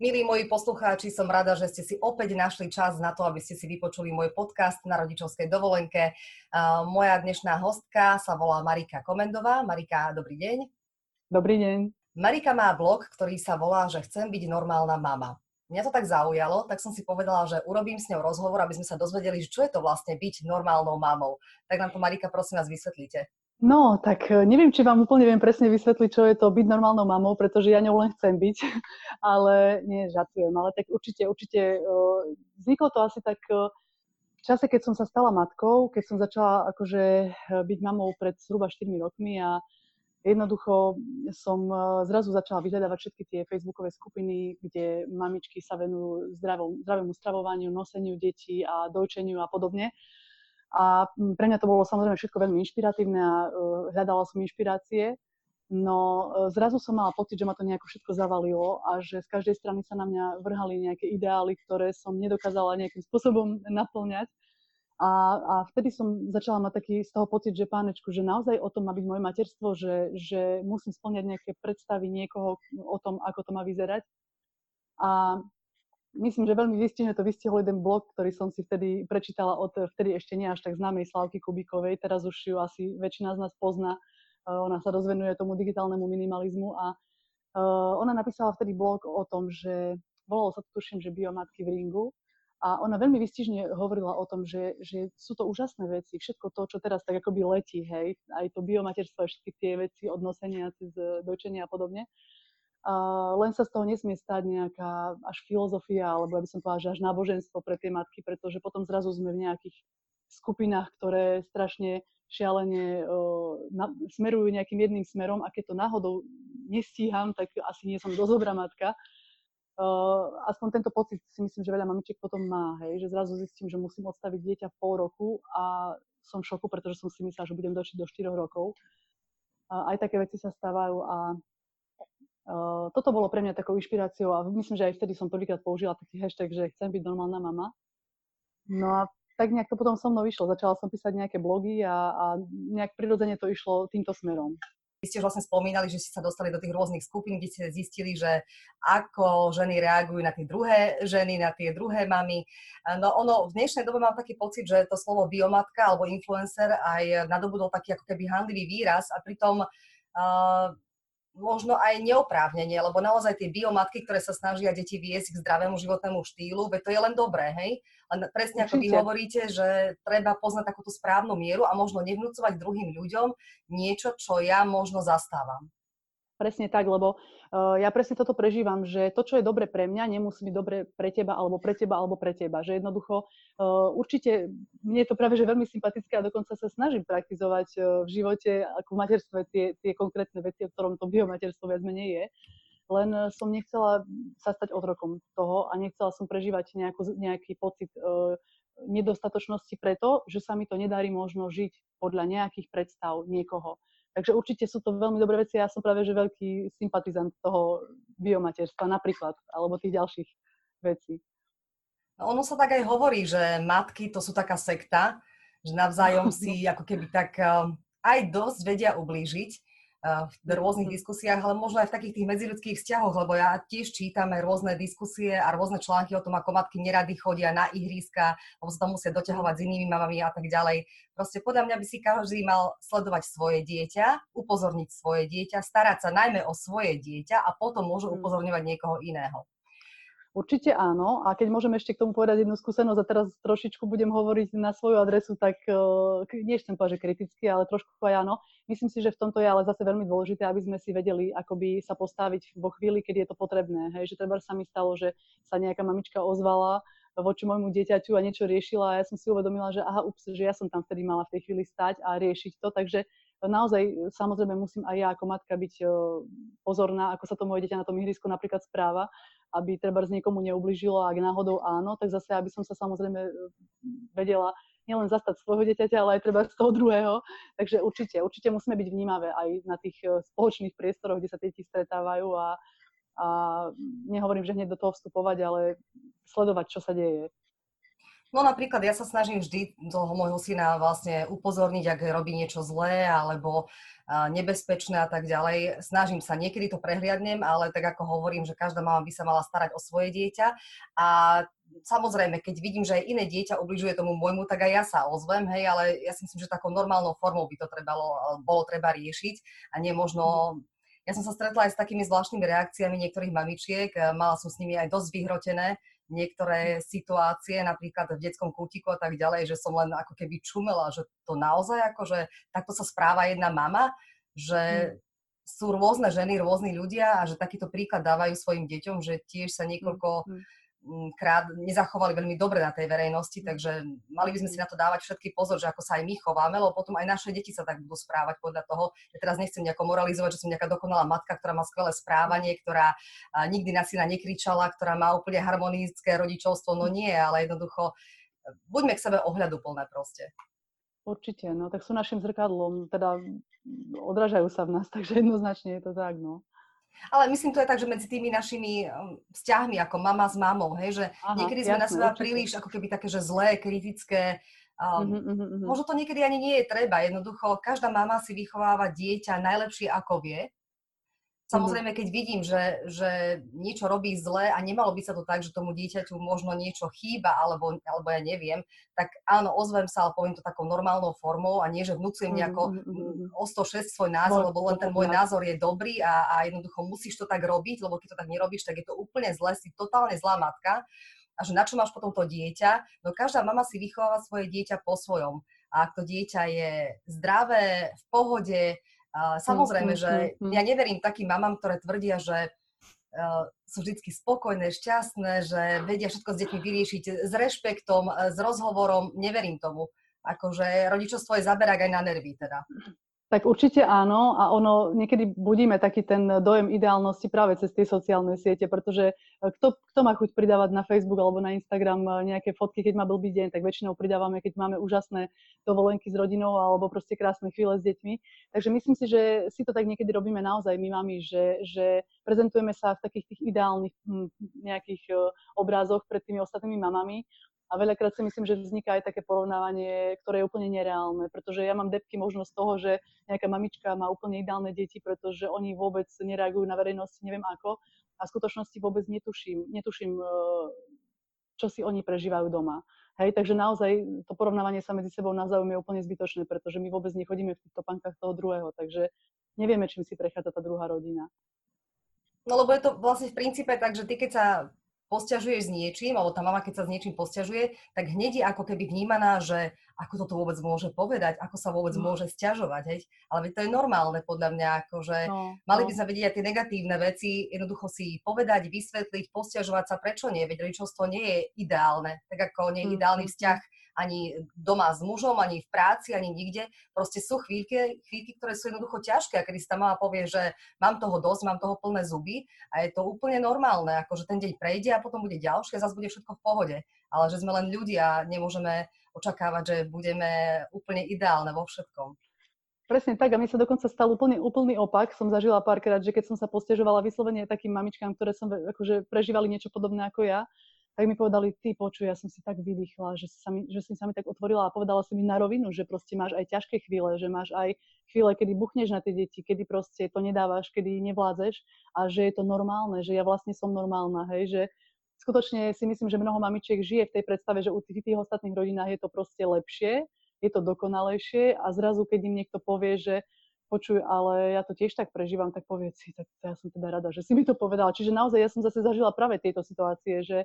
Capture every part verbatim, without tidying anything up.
Milí moji poslucháči, som rada, že ste si opäť našli čas na to, aby ste si vypočuli môj podcast na rodičovskej dovolenke. Moja dnešná hostka sa volá Marika Komendová. Marika, dobrý deň. Dobrý deň. Marika má blog, ktorý sa volá, že chcem byť normálna mama. Mňa to tak zaujalo, tak som si povedala, že urobím s ňou rozhovor, aby sme sa dozvedeli, čo je to vlastne byť normálnou mamou. Tak nám to, Marika, prosím vás, vysvetlite. No, tak neviem, či vám úplne viem presne vysvetliť, čo je to byť normálnou mamou, pretože ja ňou len chcem byť, ale nie, žartujem, ale tak určite, určite uh, vzniklo to asi tak uh, v čase, keď som sa stala matkou, keď som začala akože byť mamou pred zhruba štyrmi rokmi a jednoducho som uh, zrazu začala vyhľadávať všetky tie facebookové skupiny, kde mamičky sa venujú zdravom, zdravému stravovaniu, noseniu detí a dojčeniu a podobne. A pre mňa to bolo samozrejme všetko veľmi inšpiratívne a uh, hľadala som inšpirácie, no uh, zrazu som mala pocit, že ma to nejako všetko zavalilo a že z každej strany sa na mňa vrhali nejaké ideály, ktoré som nedokázala nejakým spôsobom naplňať. A, a vtedy som začala mať taký z toho pocit, že pánečku, že naozaj o tom má byť moje materstvo, že, že musím spĺňať nejaké predstavy niekoho o tom, ako to má vyzerať. A myslím, že veľmi výstihne to vystihol jeden blog, ktorý som si vtedy prečítala od vtedy ešte nie až tak známej Slávky Kubíkovej. Teraz už ju asi väčšina z nás pozná. Ona sa rozvenuje tomu digitálnemu minimalizmu a ona napísala vtedy blog o tom, že volalo sa to, tuším, že biomatky v ringu. A ona veľmi výstižne hovorila o tom, že, že sú to úžasné veci. Všetko to, čo teraz tak akoby letí, hej, aj to biomaterstvo, všetky tie veci od nosenia cez dojčenie a podobne. Uh, len sa z toho nesmie stať nejaká až filozofia, alebo ja by som povedala, že až náboženstvo pre tie matky, pretože potom zrazu sme v nejakých skupinách, ktoré strašne šialene uh, na, smerujú nejakým jedným smerom a keď to náhodou nestíham, tak asi nie som dosť dobrá matka. Uh, aspoň tento pocit si myslím, že veľa mamičiek potom má, hej, že zrazu zistím, že musím odstaviť dieťa v pol roku a som v šoku, pretože som si myslela, že budem dočiť do štyroch rokov. Uh, aj také veci sa stávajú a Uh, toto bolo pre mňa takou inšpiráciou a myslím, že aj vtedy som prvýkrát použila taký hashtag, že chcem byť normálna mama. No a tak nejak to potom so mnou vyšlo. Začala som písať nejaké blogy a, a nejak prirodzene to išlo týmto smerom. Vy ste už vlastne spomínali, že ste sa dostali do tých rôznych skupín, kde ste zistili, že ako ženy reagujú na tie druhé ženy, na tie druhé mamy. No ono, v dnešnej dobe mám taký pocit, že to slovo biomatka alebo influencer aj nadobudol taký ako keby hanlivý výraz a pritom uh, možno aj neoprávnenie, lebo naozaj tie biomatky, ktoré sa snažia deti viesť k zdravému životnému štýlu, veď to je len dobré, hej? Len presne ako vy hovoríte, že treba poznať takúto správnu mieru a možno nevnúcovať druhým ľuďom niečo, čo ja možno zastávam. Presne tak, lebo uh, ja presne toto prežívam, že to, čo je dobre pre mňa, nemusí byť dobre pre teba, alebo pre teba, alebo pre teba. Že jednoducho, uh, určite, mne je to práve že veľmi sympatické a dokonca sa snažím praktizovať uh, v živote, ako v materstve, tie, tie konkrétne veci, o ktorom to biomaterstvo viac menej je. Len uh, som nechcela sa stať otrokom toho a nechcela som prežívať nejakú, nejaký pocit uh, nedostatočnosti preto, že sa mi to nedarí možno žiť podľa nejakých predstav niekoho. Takže určite sú to veľmi dobré veci. Ja som práve že veľký sympatizant toho biomaterstva napríklad, alebo tých ďalších vecí. No, ono sa tak aj hovorí, že matky to sú taká sekta, že navzájom si ako keby tak aj dosť vedia ublížiť v rôznych diskusiách, ale možno aj v takých tých medziľudských vzťahoch, lebo ja tiež čítam aj rôzne diskusie a rôzne články o tom, ako matky nerady chodia na ihriska, lebo sa tam musia doťahovať s inými mamami a tak ďalej. Proste podľa mňa by si každý mal sledovať svoje dieťa, upozorniť svoje dieťa, starať sa najmä o svoje dieťa a potom môžu upozorňovať niekoho iného. Určite áno. A keď môžem ešte k tomu povedať jednu skúsenosť a teraz trošičku budem hovoriť na svoju adresu, tak uh, nie chcem povedať, že kriticky, ale trošku aj áno. Myslím si, že v tomto je ale zase veľmi dôležité, aby sme si vedeli akoby sa postaviť vo chvíli, keď je to potrebné. Hej, že treba sa mi stalo, že sa nejaká mamička ozvala voči môjmu dieťaťu a niečo riešila a ja som si uvedomila, že aha, ups, že ja som tam vtedy mala v tej chvíli stať a riešiť to, takže naozaj samozrejme musím aj ja ako matka byť pozorná, ako sa to moje dieťa na tom ihrisku napríklad správa, aby treba z niekomu neublížilo a ak náhodou áno, tak zase aby som sa samozrejme vedela nielen zastať svojho dieťaťa, ale aj treba z toho druhého. Takže určite, určite musíme byť vnímavé aj na tých spoločných priestoroch, kde sa deti stretávajú a, a nehovorím, že hneď do toho vstupovať, ale sledovať, čo sa deje. No napríklad ja sa snažím vždy toho môjho syna vlastne upozorniť, ak robí niečo zlé alebo a, nebezpečné a tak ďalej. Snažím sa, niekedy to prehliadnem, ale tak ako hovorím, že každá mama by sa mala starať o svoje dieťa. A samozrejme, keď vidím, že aj iné dieťa ubližuje tomu môjmu, tak aj ja sa ozvem, hej, ale ja si myslím, že takou normálnou formou by to trebalo, bolo treba riešiť a nie možno. Ja som sa stretla aj s takými zvláštnymi reakciami niektorých mamičiek, mala som s nimi aj dosť vyhrotené niektoré situácie, napríklad v detskom kútiku a tak ďalej, že som len ako keby čumela, že to naozaj akože takto sa správa jedna mama, že sú rôzne ženy, rôzni ľudia a že takýto príklad dávajú svojim deťom, že tiež sa niekoľko krát nezachovali veľmi dobre na tej verejnosti, takže mali by sme si na to dávať všetky pozor, že ako sa aj my chováme, lebo potom aj naše deti sa tak budú správať podľa toho. Ja teraz nechcem nejako moralizovať, že som nejaká dokonalá matka, ktorá má skvelé správanie, ktorá nikdy na syna nekričala, ktorá má úplne harmonické rodičovstvo, no nie, ale jednoducho buďme k sebe ohľaduplné proste. Určite, no tak sú našim zrkadlom, teda odrážajú sa v nás, takže jednoznačne je to tak, no. Ale myslím, to je tak, že medzi tými našimi vzťahmi, ako mama s mamou, hej, že Aha, niekedy sme jasné, na seba určite. Príliš ako keby také, že zlé, kritické. Um, uh-huh, uh-huh. Možno to niekedy ani nie je treba. Jednoducho, každá mama si vychováva dieťa najlepšie, ako vie. Samozrejme, keď vidím, že, že niečo robí zle a nemalo by sa to tak, že tomu dieťaťu možno niečo chýba, alebo, alebo ja neviem, tak áno, ozvem sa, ale poviem to takou normálnou formou a nie, že vnúcujem nejako o sto šesť svoj názor, lebo len ten môj názor je dobrý a, a jednoducho musíš to tak robiť, lebo keď to tak nerobíš, tak je to úplne zle, si totálne zlá matka a že na čo máš potom to dieťa? No každá mama si vychováva svoje dieťa po svojom. A ak to dieťa je zdravé, v pohode, Uh, samozrejme, že ja neverím takým mamám, ktoré tvrdia, že uh, sú vždy spokojné, šťastné, že vedia všetko s deťmi vyriešiť s rešpektom, s rozhovorom. Neverím tomu. Akože rodičovstvo je zaberák aj na nervy teda. Tak určite áno a ono niekedy budíme taký ten dojem ideálnosti práve cez tie sociálne siete, pretože kto, kto má chuť pridávať na Facebook alebo na Instagram nejaké fotky, keď má blbý deň, tak väčšinou pridávame, keď máme úžasné dovolenky s rodinou alebo proste krásne chvíle s deťmi. Takže myslím si, že si to tak niekedy robíme naozaj my mami, že, že prezentujeme sa v takých tých ideálnych nejakých obrázoch pred tými ostatnými mamami. A veľakrát si myslím, že vzniká aj také porovnávanie, ktoré je úplne nereálne, pretože ja mám depky možnosť toho, že nejaká mamička má úplne ideálne deti, pretože oni vôbec nereagujú na verejnosti, neviem ako. A v skutočnosti vôbec netuším, netuším, čo si oni prežívajú doma. Hej, takže naozaj to porovnávanie sa medzi sebou navzájom je úplne zbytočné, pretože my vôbec nechodíme v týchto pankách toho druhého, takže nevieme, čím si prechádza tá druhá rodina. No lebo je to vlastne v princípe tak, že ty keď sa posťažuješ s niečím, alebo tá mama, keď sa s niečím posťažuje, tak hneď je ako keby vnímaná, že ako toto vôbec môže povedať, ako sa vôbec no. môže sťažovať, hej. Ale to je normálne podľa mňa, akože no, mali by no. sme vedieť aj tie negatívne veci, jednoducho si povedať, vysvetliť, posťažovať sa, prečo nie, veď rodičovstvo nie je ideálne, tak ako nie je ideálny vzťah ani doma s mužom, ani v práci, ani nikde. Proste sú chvíľky, chvíľky, ktoré sú jednoducho ťažké a kedy si tá mama povie, že mám toho dosť, mám toho plné zuby a je to úplne normálne, akože ten deň prejde a potom bude ďalšie a zase bude všetko v pohode. Ale že sme len ľudia, nemôžeme očakávať, že budeme úplne ideálne vo všetkom. Presne tak a mi sa dokonca stal úplný, úplný opak. Som zažila párkrát, že keď som sa posťažovala vyslovene takým mamičkám, ktoré som akože prežívali niečo podobné ako ja, tak mi povedali, ty počuj, ja som si tak vydýchla, že, sa mi, že som sa mi tak otvorila a povedala si mi na rovinu, že proste máš aj ťažké chvíle, že máš aj chvíle, kedy buchneš na tie deti, kedy proste to nedávaš, kedy nevládzeš a že je to normálne, že ja vlastne som normálna, hej, že skutočne si myslím, že mnoho mamičiek žije v tej predstave, že u tých, tých ostatných rodinách je to proste lepšie, je to dokonalejšie a zrazu, keď im niekto povie, že počuj, ale ja to tiež tak prežívam, tak povedz si, tak ja som teda rada, že si mi to povedala. Čiže naozaj ja som zase zažila práve tieto situácie, že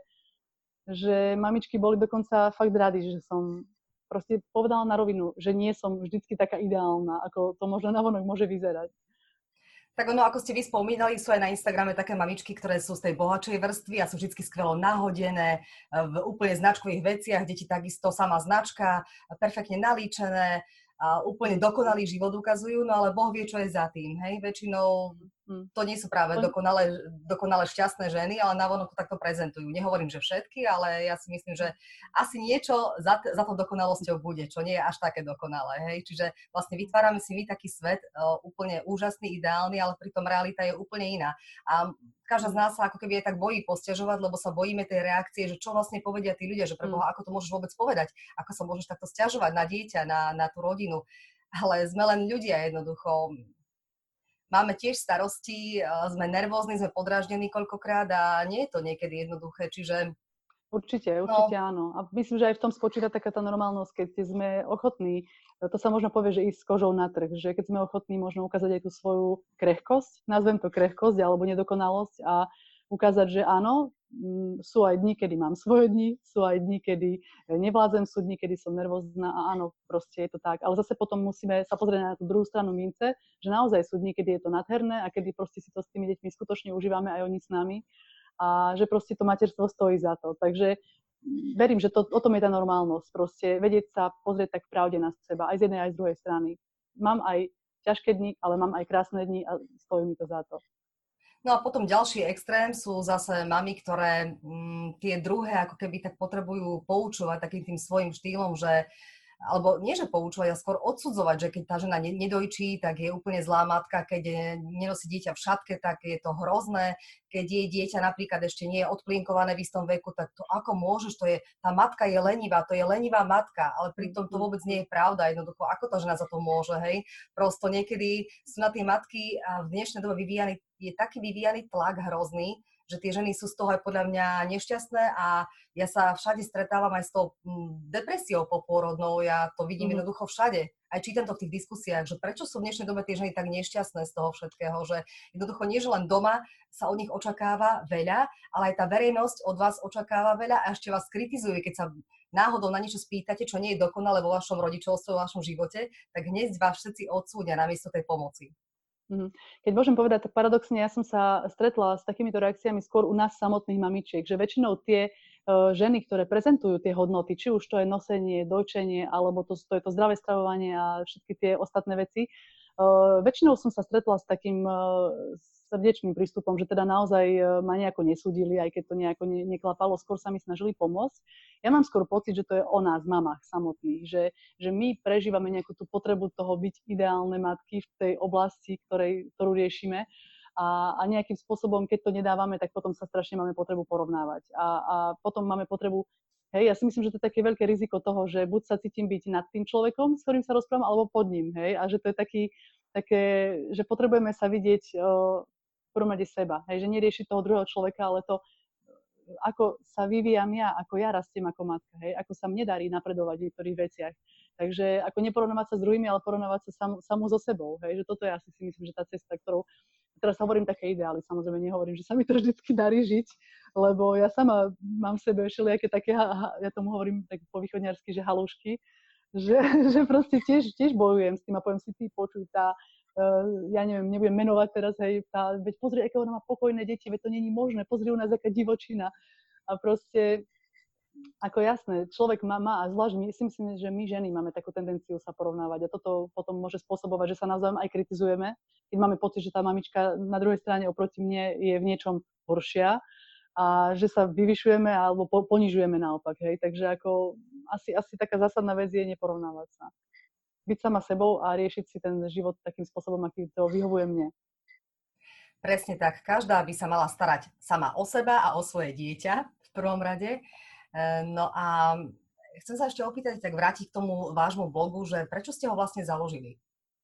že mamičky boli dokonca fakt rady, že som proste povedala na rovinu, že nie som vždycky taká ideálna, ako to možno navonok môže vyzerať. Tak ono, ako ste vy spomínali, sú aj na Instagrame také mamičky, ktoré sú z tej bohatšej vrstvy a sú vždy skvelo nahodené, v úplne značkových veciach, deti takisto sama značka, perfektne nalíčené, a úplne dokonalý život ukazujú, no ale Boh vie, čo je za tým, hej, väčšinou to nie sú práve dokonale, dokonale šťastné ženy, ale navonok to takto prezentujú. Nehovorím, že všetky, ale ja si myslím, že asi niečo za, t- za to dokonalosťou bude, čo nie je až také dokonalé, hej, čiže vlastne vytvárame si my taký svet uh, úplne úžasný, ideálny, ale pritom realita je úplne iná. A každá z nás sa ako keby aj tak bojí posťažovať, lebo sa bojíme tej reakcie, že čo vlastne povedia tí ľudia, že preboha, ako to môžeš vôbec povedať, ako sa môžeš takto sťažovať na dieťa, na, na tú rodinu. Ale sme len ľudia jednoducho. Máme tiež starosti, sme nervózni, sme podráždení koľkokrát a nie je to niekedy jednoduché, čiže Určite, určite no. Áno. A myslím, že aj v tom spočíva taká tá normálnosť, keď sme ochotní, to sa možno povie, že ísť s kožou na trh, že keď sme ochotní možno ukázať aj tú svoju krehkosť, nazvem to krehkosť alebo nedokonalosť a ukázať, že áno, sú aj dni, kedy mám svoje dni, sú aj dni, kedy nevládzem, sú dni, kedy som nervózna a áno, proste je to tak. Ale zase potom musíme sa pozrieť na tú druhú stranu mince, že naozaj sú dni, kedy je to nádherné a kedy proste si to s tými deťmi skutočne užívame aj oni s nami. A že proste to materstvo stojí za to. Takže verím, že to, o tom je tá normálnosť. Proste vedieť sa pozrieť tak v pravde na seba, aj z jednej, aj z druhej strany. Mám aj ťažké dni, ale mám aj krásne dni a stojí mi to za to. No a potom ďalší extrém sú zase mami, ktoré m, tie druhé ako keby tak potrebujú poučovať takým tým svojím štýlom, že alebo nie, že poučovať, ale skôr odsudzovať, že keď tá žena nedojčí, tak je úplne zlá matka, keď nenosí dieťa v šatke, tak je to hrozné, keď jej dieťa napríklad ešte nie je odplinkované v istom veku, tak to ako môžeš, to je, tá matka je lenivá, to je lenivá matka, ale pritom to vôbec nie je pravda, jednoducho, ako tá žena za to môže, hej? Prosto niekedy sú na tie matky a v dnešnej dobe vyvíjaný, je taký vyvíjaný tlak hrozný, že tie ženy sú z toho aj podľa mňa nešťastné a ja sa všade stretávam aj s tou depresiou popôrodnou, ja to vidím mm-hmm. jednoducho všade. Aj čítam to v tých diskusiách, že prečo sú v dnešnej dobe tie ženy tak nešťastné z toho všetkého, že jednoducho nie, že len doma sa od nich očakáva veľa, ale aj tá verejnosť od vás očakáva veľa a ešte vás kritizuje, keď sa náhodou na niečo spýtate, čo nie je dokonalé vo vašom rodičovstve, vo vašom živote, tak hneď vás všetci odsúdia namiesto tej pomoci. Keď môžem povedať, tak paradoxne ja som sa stretla s takýmito reakciami skôr u nás samotných mamičiek, že väčšinou tie uh, ženy, ktoré prezentujú tie hodnoty, či už to je nosenie, dojčenie, alebo to, to je to zdravé stravovanie a všetky tie ostatné veci, uh, väčšinou som sa stretla s takým uh, srdečným prístupom, že teda naozaj ma nejako nesúdili, aj keď to nejako ne, neklapalo, skôr sa mi snažili pomôcť. Ja mám skôr pocit, že to je o nás, mamách samotných, že, že my prežívame nejakú tú potrebu toho byť ideálne matky v tej oblasti, ktorej, ktorú riešime a, a nejakým spôsobom, keď to nedávame, tak potom sa strašne máme potrebu porovnávať. A, a potom máme potrebu, hej, ja si myslím, že to je také veľké riziko toho, že buď sa cítim byť nad tým človekom, s ktorým sa rozprávam, alebo pod ním, hej, a že to je taký, také, že potrebujeme sa vidieť uh, v prvom rade seba, hej, že neriešiť toho druhého človeka, ale to, ako sa vyvíjam ja, ako ja rastiem ako matka, hej, ako sa mne darí napredovať v niektorých veciach. Takže ako neporovnávať sa s druhými, ale porovnávať sa sam, samú so sebou, hej, že toto je asi si myslím, že tá cesta, ktorou, teraz hovorím také ideály, samozrejme nehovorím, že sa mi to vždycky darí žiť, lebo ja sama mám v sebe všelijaké také, ja tomu hovorím tak po východňarsky, že halúšky, že, že proste tiež, tiež bojujem s tým a poviem si, ty počuj, tá Uh, ja neviem, nebudem menovať teraz, hej, tá, veď pozri, aké ona má pokojné deti, veď to není možné, pozri u nás, aká divočina. A proste, ako jasné, človek má, má a zvlášť my si myslím, že my ženy máme takú tendenciu sa porovnávať a toto potom môže spôsobovať, že sa navzájom aj kritizujeme, keď máme pocit, že tá mamička na druhej strane oproti mne je v niečom horšia a že sa vyvyšujeme alebo po, ponižujeme naopak, hej, takže ako asi, asi taká zásadná vec je neporovnávať sa. Byť sama sebou a riešiť si ten život takým spôsobom, aký to vyhovuje mne. Presne tak. Každá by sa mala starať sama o seba a o svoje dieťa v prvom rade. No a chcem sa ešte opýtať, tak vrátiť k tomu vášmu blogu, že prečo ste ho vlastne založili?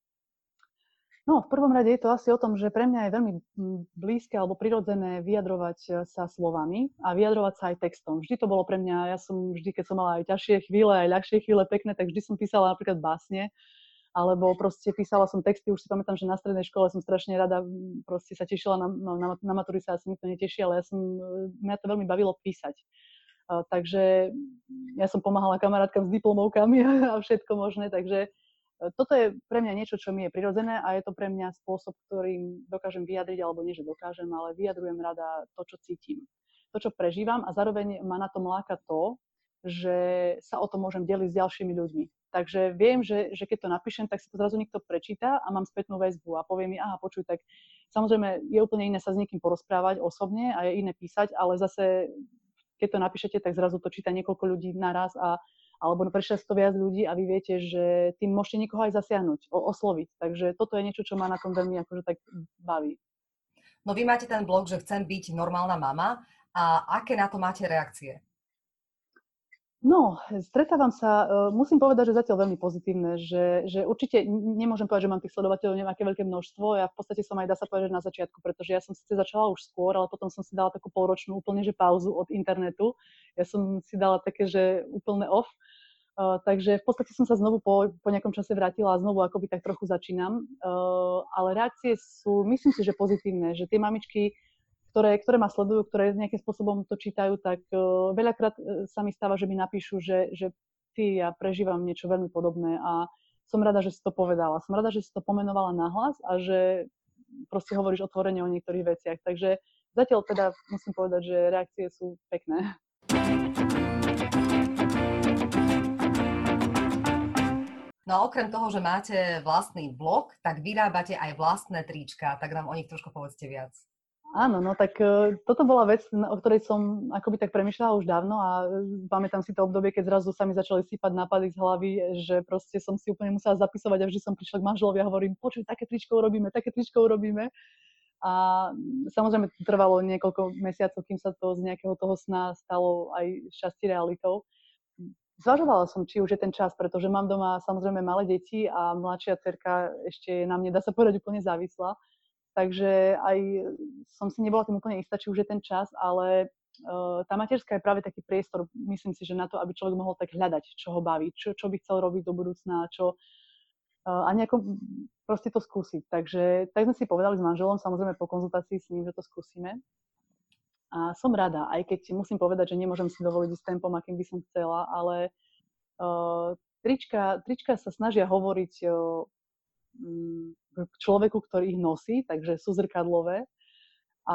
No, v prvom rade je to asi o tom, že pre mňa je veľmi blízke alebo prirodzené vyjadrovať sa slovami a vyjadrovať sa aj textom. Vždy to bolo pre mňa, ja som vždy, keď som mala aj ťažšie chvíle, aj ľahšie chvíle pekné, tak vždy som písala napríklad básne, alebo proste písala som texty, už si pamätám, že na strednej škole som strašne rada, proste sa tešila, na, no, na, na matúry sa asi nikto neteší, ale ja som, mňa to veľmi bavilo písať. Uh, takže ja som pomáhala kamarátkam s diplomovkami a všetko možné, takže toto je pre mňa niečo, čo mi je prirodzené a je to pre mňa spôsob, ktorým dokážem vyjadriť, alebo nie, že dokážem, ale vyjadrujem rada to, čo cítim. To, čo prežívam a zároveň ma na tom láka to, že sa o to môžem deliť s ďalšími ľuďmi. Takže viem, že, že keď to napíšem, tak si to zrazu niekto prečíta a mám spätnú väzbu a povie mi, aha, počuj, tak samozrejme je úplne iné sa s niekým porozprávať osobne a je iné písať, ale zase keď to napíšete, tak zrazu to číta niekoľko ľudí naraz a alebo prečo to viac ľudí a vy viete, že tým môžete niekoho aj zasiahnuť, osloviť. Takže toto je niečo, čo ma na tom veľmi akože tak baví. No vy máte ten blog, že chcem byť normálna mama a aké na to máte reakcie? No, stretávam sa, uh, musím povedať, že zatiaľ veľmi pozitívne, že, že určite nemôžem povedať, že mám tých sledovateľov nejaké veľké množstvo. Ja v podstate som aj, dá sa povedať, že na začiatku, pretože ja som síce začala už skôr, ale potom som si dala takú polročnú úplne, že pauzu od internetu. Ja som si dala také, že úplne off. Uh, takže v podstate som sa znovu po, po nejakom čase vrátila a znovu akoby tak trochu začínam. Uh, ale reakcie sú, myslím si, že pozitívne, že tie mamičky, ktoré, ktoré ma sledujú, ktoré nejakým spôsobom to čítajú, tak uh, veľakrát uh, sa mi stáva, že mi napíšu, že, že ty, ja prežívam niečo veľmi podobné a som rada, že si to povedala. Som rada, že si to pomenovala nahlas a že proste hovoríš otvorene o niektorých veciach. Takže zatiaľ teda musím povedať, že reakcie sú pekné. No a okrem toho, že máte vlastný blog, tak vyrábate aj vlastné trička, tak nám o nich trošku povedzte viac. Áno, no tak uh, toto bola vec, o ktorej som akoby tak premýšľala už dávno a pamätám si to obdobie, keď zrazu sa mi začali sypať nápady z hlavy, že proste som si úplne musela zapisovať a vždy som prišla k manželovi a hovorím, počuj, také tričko urobíme, také tričko urobíme. A samozrejme to trvalo niekoľko mesiacov, kým sa to z nejakého toho sna stalo aj šťastie realitou. Zvažovala som, či už je ten čas, pretože mám doma samozrejme malé deti a mladšia dcerka ešte je na mne, dá sa povedať, úplne závislá. Takže aj som si nebola tým úplne istá, či už je ten čas, ale uh, tá materská je práve taký priestor, myslím si, že na to, aby človek mohol tak hľadať, čo ho baví, čo, čo by chcel robiť do budúcna, čo uh, a nejako proste to skúsiť. Takže tak sme si povedali s manželom, samozrejme po konzultácii s ním, že to skúsime. A som rada, aj keď musím povedať, že nemôžem si dovoliť s tempom, akým by som chcela, ale uh, trička, trička sa snažia hovoriť uh, k človeku, ktorý ich nosí, takže sú zrkadlové. A